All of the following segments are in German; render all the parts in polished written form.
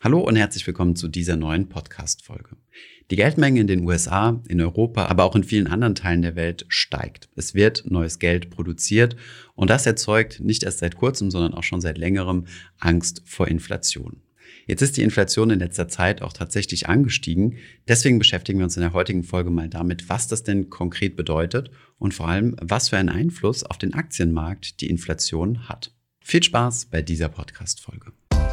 Hallo und herzlich willkommen zu dieser neuen Podcast-Folge. Die Geldmenge in den USA, in Europa, aber auch in vielen anderen Teilen der Welt steigt. Es wird neues Geld produziert und das erzeugt nicht erst seit kurzem, sondern auch schon seit längerem Angst vor Inflation. Jetzt ist die Inflation in letzter Zeit auch tatsächlich angestiegen. Deswegen beschäftigen wir uns in der heutigen Folge mal damit, was das denn konkret bedeutet und vor allem, was für einen Einfluss auf den Aktienmarkt die Inflation hat. Viel Spaß bei dieser Podcast-Folge.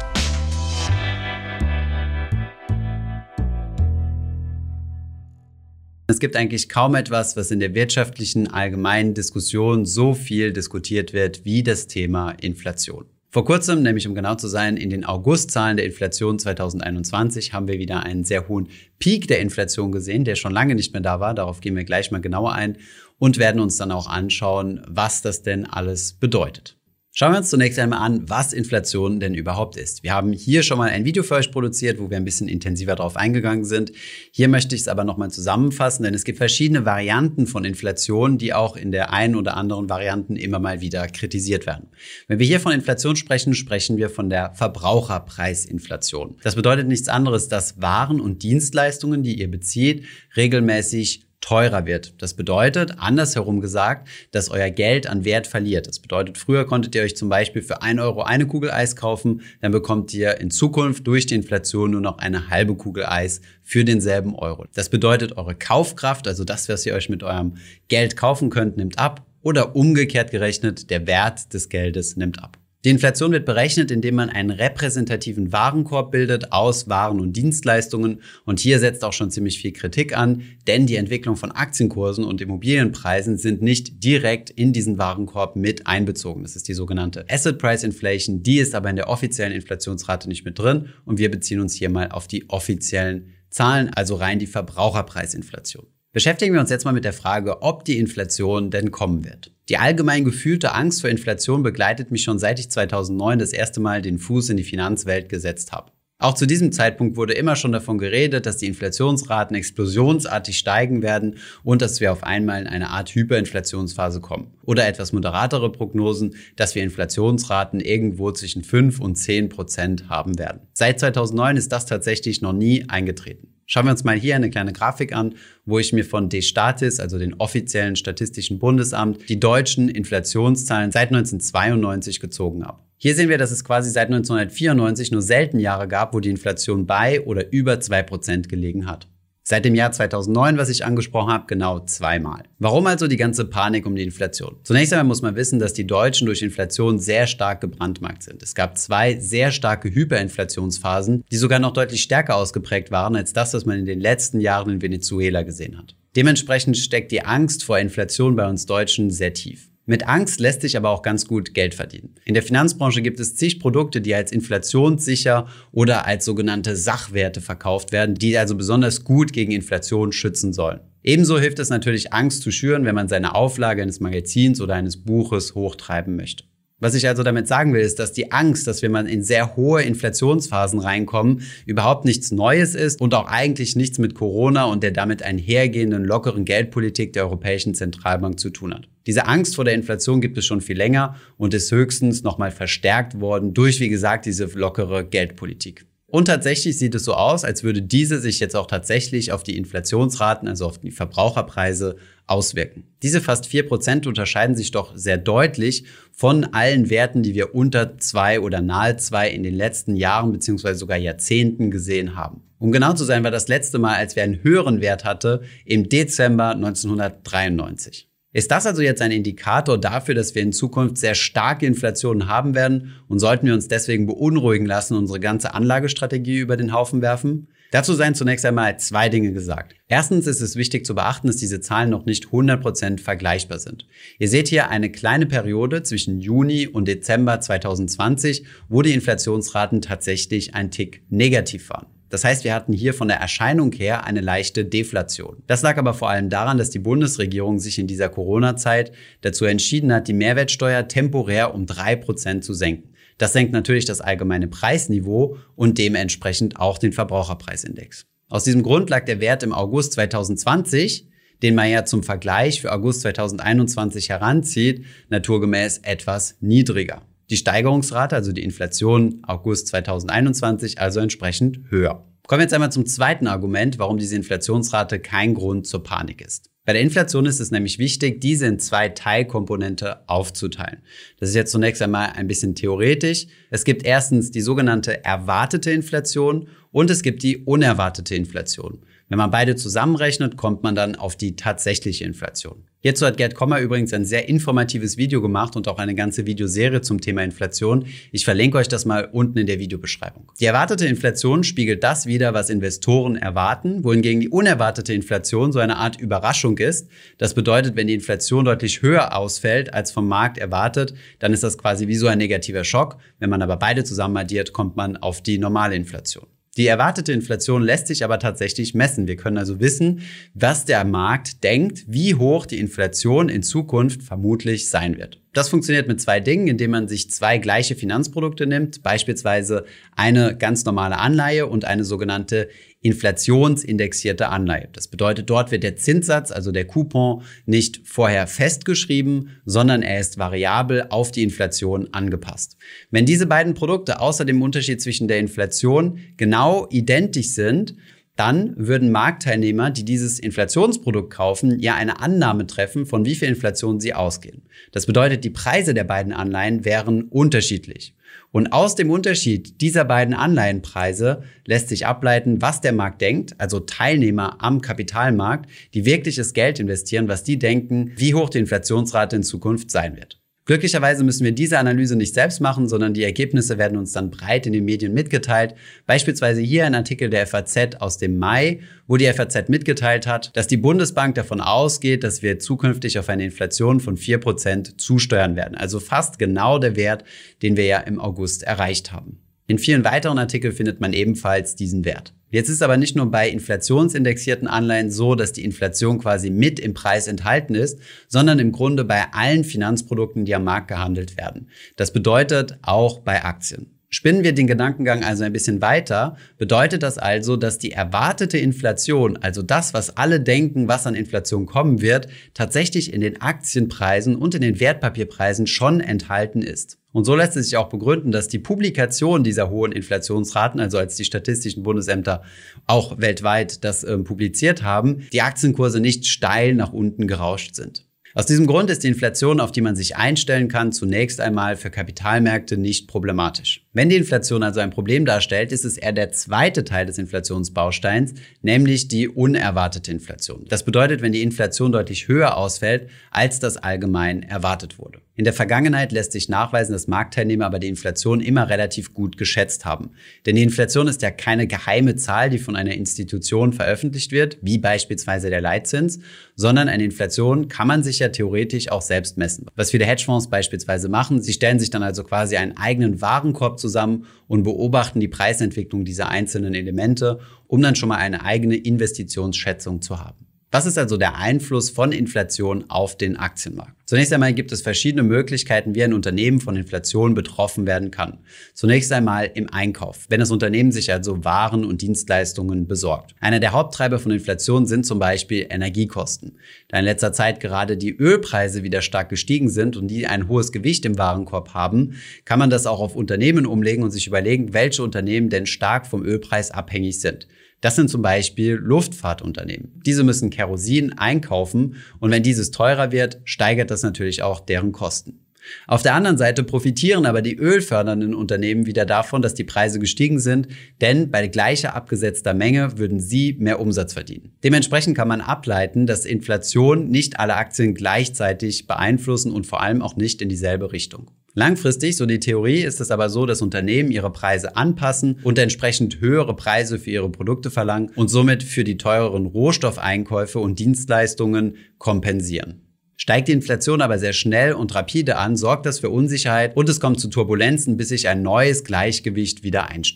Es gibt eigentlich kaum etwas, was in der wirtschaftlichen allgemeinen Diskussion so viel diskutiert wird wie das Thema Inflation. Vor kurzem, nämlich um genau zu sein, in den Augustzahlen der Inflation 2021 haben wir wieder einen sehr hohen Peak der Inflation gesehen, der schon lange nicht mehr da war. Darauf gehen wir gleich mal genauer ein und werden uns dann auch anschauen, was das denn alles bedeutet. Schauen wir uns zunächst einmal an, was Inflation denn überhaupt ist. Wir haben hier schon mal ein Video für euch produziert, wo wir ein bisschen intensiver darauf eingegangen sind. Hier möchte ich es aber nochmal zusammenfassen, denn es gibt verschiedene Varianten von Inflation, die auch in der einen oder anderen Varianten immer mal wieder kritisiert werden. Wenn wir hier von Inflation sprechen, sprechen wir von der Verbraucherpreisinflation. Das bedeutet nichts anderes, dass Waren und Dienstleistungen, die ihr bezieht, regelmäßig teurer wird. Das bedeutet, andersherum gesagt, dass euer Geld an Wert verliert. Das bedeutet, früher konntet ihr euch zum Beispiel für 1 Euro eine Kugel Eis kaufen, dann bekommt ihr in Zukunft durch die Inflation nur noch eine halbe Kugel Eis für denselben Euro. Das bedeutet, eure Kaufkraft, also das, was ihr euch mit eurem Geld kaufen könnt, nimmt ab oder umgekehrt gerechnet, der Wert des Geldes nimmt ab. Die Inflation wird berechnet, indem man einen repräsentativen Warenkorb bildet aus Waren und Dienstleistungen. Und hier setzt auch schon ziemlich viel Kritik an, denn die Entwicklung von Aktienkursen und Immobilienpreisen sind nicht direkt in diesen Warenkorb mit einbezogen. Das ist die sogenannte Asset Price Inflation. Die ist aber in der offiziellen Inflationsrate nicht mit drin. Und wir beziehen uns hier mal auf die offiziellen Zahlen, also rein die Verbraucherpreisinflation. Beschäftigen wir uns jetzt mal mit der Frage, ob die Inflation denn kommen wird. Die allgemein gefühlte Angst vor Inflation begleitet mich schon seit ich 2009 das erste Mal den Fuß in die Finanzwelt gesetzt habe. Auch zu diesem Zeitpunkt wurde immer schon davon geredet, dass die Inflationsraten explosionsartig steigen werden und dass wir auf einmal in eine Art Hyperinflationsphase kommen. Oder etwas moderatere Prognosen, dass wir Inflationsraten irgendwo zwischen 5 und 10% haben werden. Seit 2009 ist das tatsächlich noch nie eingetreten. Schauen wir uns mal hier eine kleine Grafik an, wo ich mir von DStatis, also den offiziellen Statistischen Bundesamt, die deutschen Inflationszahlen seit 1992 gezogen habe. Hier sehen wir, dass es quasi seit 1994 nur selten Jahre gab, wo die Inflation bei oder über 2% gelegen hat. Seit dem Jahr 2009, was ich angesprochen habe, genau 2-mal. Warum also die ganze Panik um die Inflation? Zunächst einmal muss man wissen, dass die Deutschen durch Inflation sehr stark gebrandmarkt sind. Es gab 2 sehr starke Hyperinflationsphasen, die sogar noch deutlich stärker ausgeprägt waren als das, was man in den letzten Jahren in Venezuela gesehen hat. Dementsprechend steckt die Angst vor Inflation bei uns Deutschen sehr tief. Mit Angst lässt sich aber auch ganz gut Geld verdienen. In der Finanzbranche gibt es zig Produkte, die als inflationssicher oder als sogenannte Sachwerte verkauft werden, die also besonders gut gegen Inflation schützen sollen. Ebenso hilft es natürlich, Angst zu schüren, wenn man seine Auflage eines Magazins oder eines Buches hochtreiben möchte. Was ich also damit sagen will, ist, dass die Angst, dass wir mal in sehr hohe Inflationsphasen reinkommen, überhaupt nichts Neues ist und auch eigentlich nichts mit Corona und der damit einhergehenden lockeren Geldpolitik der Europäischen Zentralbank zu tun hat. Diese Angst vor der Inflation gibt es schon viel länger und ist höchstens nochmal verstärkt worden durch, wie gesagt, diese lockere Geldpolitik. Und tatsächlich sieht es so aus, als würde diese sich jetzt auch tatsächlich auf die Inflationsraten, also auf die Verbraucherpreise, auswirken. Diese fast 4% unterscheiden sich doch sehr deutlich von allen Werten, die wir unter 2 oder nahe 2 in den letzten Jahren bzw. sogar Jahrzehnten gesehen haben. Um genau zu sein, war das letzte Mal, als wir einen höheren Wert hatten, im Dezember 1993. Ist das also jetzt ein Indikator dafür, dass wir in Zukunft sehr starke Inflationen haben werden und sollten wir uns deswegen beunruhigen lassen, unsere ganze Anlagestrategie über den Haufen werfen? Dazu seien zunächst einmal 2 Dinge gesagt. Erstens ist es wichtig zu beachten, dass diese Zahlen noch nicht 100% vergleichbar sind. Ihr seht hier eine kleine Periode zwischen Juni und Dezember 2020, wo die Inflationsraten tatsächlich ein Tick negativ waren. Das heißt, wir hatten hier von der Erscheinung her eine leichte Deflation. Das lag aber vor allem daran, dass die Bundesregierung sich in dieser Corona-Zeit dazu entschieden hat, die Mehrwertsteuer temporär um 3% zu senken. Das senkt natürlich das allgemeine Preisniveau und dementsprechend auch den Verbraucherpreisindex. Aus diesem Grund lag der Wert im August 2020, den man ja zum Vergleich für August 2021 heranzieht, naturgemäß etwas niedriger. Die Steigerungsrate, also die Inflation August 2021, also entsprechend höher. Kommen wir jetzt einmal zum zweiten Argument, warum diese Inflationsrate kein Grund zur Panik ist. Bei der Inflation ist es nämlich wichtig, diese in 2 Teilkomponente aufzuteilen. Das ist jetzt zunächst einmal ein bisschen theoretisch. Es gibt erstens die sogenannte erwartete Inflation und es gibt die unerwartete Inflation. Wenn man beide zusammenrechnet, kommt man dann auf die tatsächliche Inflation. Hierzu hat Gerd Kommer übrigens ein sehr informatives Video gemacht und auch eine ganze Videoserie zum Thema Inflation. Ich verlinke euch das mal unten in der Videobeschreibung. Die erwartete Inflation spiegelt das wider, was Investoren erwarten, wohingegen die unerwartete Inflation so eine Art Überraschung ist. Das bedeutet, wenn die Inflation deutlich höher ausfällt als vom Markt erwartet, dann ist das quasi wie so ein negativer Schock. Wenn man aber beide zusammen addiert, kommt man auf die normale Inflation. Die erwartete Inflation lässt sich aber tatsächlich messen. Wir können also wissen, was der Markt denkt, wie hoch die Inflation in Zukunft vermutlich sein wird. Das funktioniert mit 2 Dingen, indem man sich 2 gleiche Finanzprodukte nimmt, beispielsweise eine ganz normale Anleihe und eine sogenannte inflationsindexierte Anleihe. Das bedeutet, dort wird der Zinssatz, also der Coupon, nicht vorher festgeschrieben, sondern er ist variabel auf die Inflation angepasst. Wenn diese beiden Produkte außer dem Unterschied zwischen der Inflation genau identisch sind, dann würden Marktteilnehmer, die dieses Inflationsprodukt kaufen, ja eine Annahme treffen, von wie viel Inflation sie ausgehen. Das bedeutet, die Preise der beiden Anleihen wären unterschiedlich. Und aus dem Unterschied dieser beiden Anleihenpreise lässt sich ableiten, was der Markt denkt, also Teilnehmer am Kapitalmarkt, die wirkliches Geld investieren, was die denken, wie hoch die Inflationsrate in Zukunft sein wird. Glücklicherweise müssen wir diese Analyse nicht selbst machen, sondern die Ergebnisse werden uns dann breit in den Medien mitgeteilt. Beispielsweise hier ein Artikel der FAZ aus dem Mai, wo die FAZ mitgeteilt hat, dass die Bundesbank davon ausgeht, dass wir zukünftig auf eine Inflation von 4% zusteuern werden. Also fast genau der Wert, den wir ja im August erreicht haben. In vielen weiteren Artikeln findet man ebenfalls diesen Wert. Jetzt ist aber nicht nur bei inflationsindexierten Anleihen so, dass die Inflation quasi mit im Preis enthalten ist, sondern im Grunde bei allen Finanzprodukten, die am Markt gehandelt werden. Das bedeutet auch bei Aktien. Spinnen wir den Gedankengang also ein bisschen weiter, bedeutet das also, dass die erwartete Inflation, also das, was alle denken, was an Inflation kommen wird, tatsächlich in den Aktienpreisen und in den Wertpapierpreisen schon enthalten ist. Und so lässt es sich auch begründen, dass die Publikation dieser hohen Inflationsraten, also als die statistischen Bundesämter auch weltweit das publiziert haben, die Aktienkurse nicht steil nach unten gerauscht sind. Aus diesem Grund ist die Inflation, auf die man sich einstellen kann, zunächst einmal für Kapitalmärkte nicht problematisch. Wenn die Inflation also ein Problem darstellt, ist es eher der zweite Teil des Inflationsbausteins, nämlich die unerwartete Inflation. Das bedeutet, wenn die Inflation deutlich höher ausfällt, als das allgemein erwartet wurde. In der Vergangenheit lässt sich nachweisen, dass Marktteilnehmer aber die Inflation immer relativ gut geschätzt haben. Denn die Inflation ist ja keine geheime Zahl, die von einer Institution veröffentlicht wird, wie beispielsweise der Leitzins, sondern eine Inflation kann man sich ja theoretisch auch selbst messen. Was viele Hedgefonds beispielsweise machen, sie stellen sich dann also quasi einen eigenen Warenkorb zusammen und beobachten die Preisentwicklung dieser einzelnen Elemente, um dann schon mal eine eigene Investitionsschätzung zu haben. Was ist also der Einfluss von Inflation auf den Aktienmarkt? Zunächst einmal gibt es verschiedene Möglichkeiten, wie ein Unternehmen von Inflation betroffen werden kann. Zunächst einmal im Einkauf, wenn das Unternehmen sich also Waren und Dienstleistungen besorgt. Einer der Haupttreiber von Inflation sind zum Beispiel Energiekosten. Da in letzter Zeit gerade die Ölpreise wieder stark gestiegen sind und die ein hohes Gewicht im Warenkorb haben, kann man das auch auf Unternehmen umlegen und sich überlegen, welche Unternehmen denn stark vom Ölpreis abhängig sind. Das sind zum Beispiel Luftfahrtunternehmen. Diese müssen Kerosin einkaufen und wenn dieses teurer wird, steigert das natürlich auch deren Kosten. Auf der anderen Seite profitieren aber die ölfördernden Unternehmen wieder davon, dass die Preise gestiegen sind, denn bei gleicher abgesetzter Menge würden sie mehr Umsatz verdienen. Dementsprechend kann man ableiten, dass Inflation nicht alle Aktien gleichzeitig beeinflussen und vor allem auch nicht in dieselbe Richtung. Langfristig, so die Theorie, ist es aber so, dass Unternehmen ihre Preise anpassen und entsprechend höhere Preise für ihre Produkte verlangen und somit für die teureren Rohstoffeinkäufe und Dienstleistungen kompensieren. Steigt die Inflation aber sehr schnell und rapide an, sorgt das für Unsicherheit und es kommt zu Turbulenzen, bis sich ein neues Gleichgewicht wieder einstellt.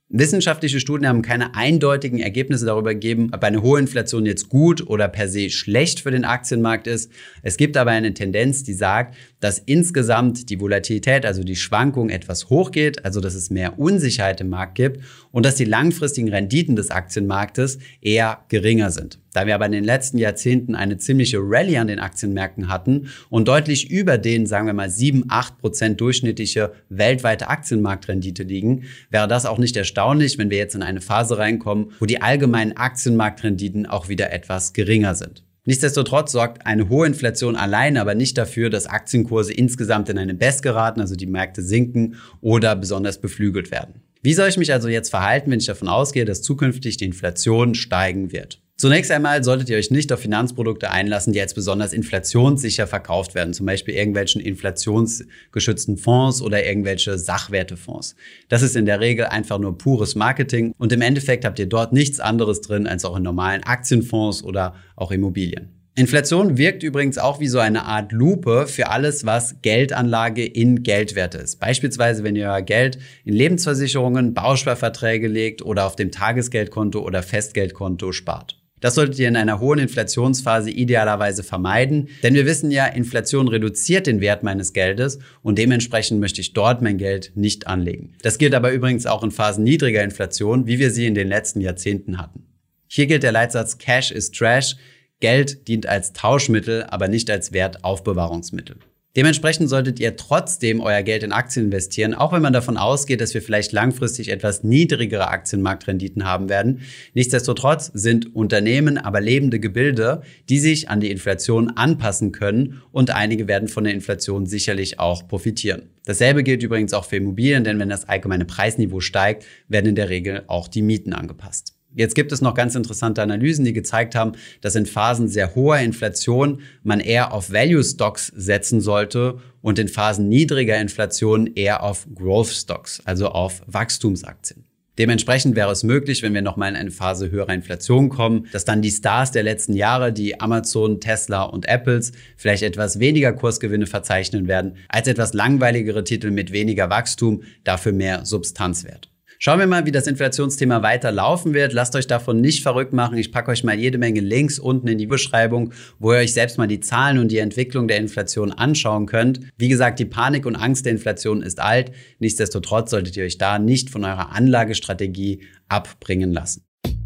Wissenschaftliche Studien haben keine eindeutigen Ergebnisse darüber gegeben, ob eine hohe Inflation jetzt gut oder per se schlecht für den Aktienmarkt ist. Es gibt aber eine Tendenz, die sagt, dass insgesamt die Volatilität, also die Schwankung, etwas hochgeht, also dass es mehr Unsicherheit im Markt gibt und dass die langfristigen Renditen des Aktienmarktes eher geringer sind. Da wir aber in den letzten Jahrzehnten eine ziemliche Rallye an den Aktienmärkten hatten und deutlich über den, sagen wir mal, 7-8% durchschnittliche weltweite Aktienmarktrendite liegen, wäre das auch nicht erstaunlich, wenn wir jetzt in eine Phase reinkommen, wo die allgemeinen Aktienmarktrenditen auch wieder etwas geringer sind. Nichtsdestotrotz sorgt eine hohe Inflation alleine aber nicht dafür, dass Aktienkurse insgesamt in eine Best geraten, also die Märkte sinken oder besonders beflügelt werden. Wie soll ich mich also jetzt verhalten, wenn ich davon ausgehe, dass zukünftig die Inflation steigen wird? Zunächst einmal solltet ihr euch nicht auf Finanzprodukte einlassen, die als besonders inflationssicher verkauft werden, zum Beispiel irgendwelchen inflationsgeschützten Fonds oder irgendwelche Sachwertefonds. Das ist in der Regel einfach nur pures Marketing und im Endeffekt habt ihr dort nichts anderes drin als auch in normalen Aktienfonds oder auch Immobilien. Inflation wirkt übrigens auch wie so eine Art Lupe für alles, was Geldanlage in Geldwerte ist. Beispielsweise, wenn ihr euer Geld in Lebensversicherungen, Bausparverträge legt oder auf dem Tagesgeldkonto oder Festgeldkonto spart. Das solltet ihr in einer hohen Inflationsphase idealerweise vermeiden, denn wir wissen ja, Inflation reduziert den Wert meines Geldes und dementsprechend möchte ich dort mein Geld nicht anlegen. Das gilt aber übrigens auch in Phasen niedriger Inflation, wie wir sie in den letzten Jahrzehnten hatten. Hier gilt der Leitsatz Cash is Trash. Geld dient als Tauschmittel, aber nicht als Wertaufbewahrungsmittel. Dementsprechend solltet ihr trotzdem euer Geld in Aktien investieren, auch wenn man davon ausgeht, dass wir vielleicht langfristig etwas niedrigere Aktienmarktrenditen haben werden. Nichtsdestotrotz sind Unternehmen aber lebende Gebilde, die sich an die Inflation anpassen können und einige werden von der Inflation sicherlich auch profitieren. Dasselbe gilt übrigens auch für Immobilien, denn wenn das allgemeine Preisniveau steigt, werden in der Regel auch die Mieten angepasst. Jetzt gibt es noch ganz interessante Analysen, die gezeigt haben, dass in Phasen sehr hoher Inflation man eher auf Value Stocks setzen sollte und in Phasen niedriger Inflation eher auf Growth Stocks, also auf Wachstumsaktien. Dementsprechend wäre es möglich, wenn wir nochmal in eine Phase höherer Inflation kommen, dass dann die Stars der letzten Jahre, die Amazon, Tesla und Apples, vielleicht etwas weniger Kursgewinne verzeichnen werden, als etwas langweiligere Titel mit weniger Wachstum, dafür mehr Substanzwert. Schauen wir mal, wie das Inflationsthema weiter laufen wird. Lasst euch davon nicht verrückt machen. Ich packe euch mal jede Menge Links unten in die Beschreibung, wo ihr euch selbst mal die Zahlen und die Entwicklung der Inflation anschauen könnt. Wie gesagt, die Panik und Angst der Inflation ist alt. Nichtsdestotrotz solltet ihr euch da nicht von eurer Anlagestrategie abbringen lassen.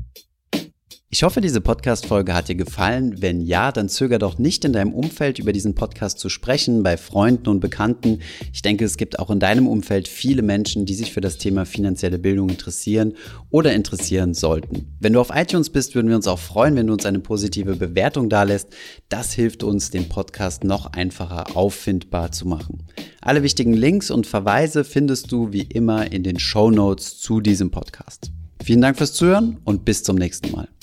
Ich hoffe, diese Podcast-Folge hat dir gefallen. Wenn ja, dann zöger doch nicht, in deinem Umfeld über diesen Podcast zu sprechen, bei Freunden und Bekannten. Ich denke, es gibt auch in deinem Umfeld viele Menschen, die sich für das Thema finanzielle Bildung interessieren oder interessieren sollten. Wenn du auf iTunes bist, würden wir uns auch freuen, wenn du uns eine positive Bewertung dalässt. Das hilft uns, den Podcast noch einfacher auffindbar zu machen. Alle wichtigen Links und Verweise findest du wie immer in den Shownotes zu diesem Podcast. Vielen Dank fürs Zuhören und bis zum nächsten Mal.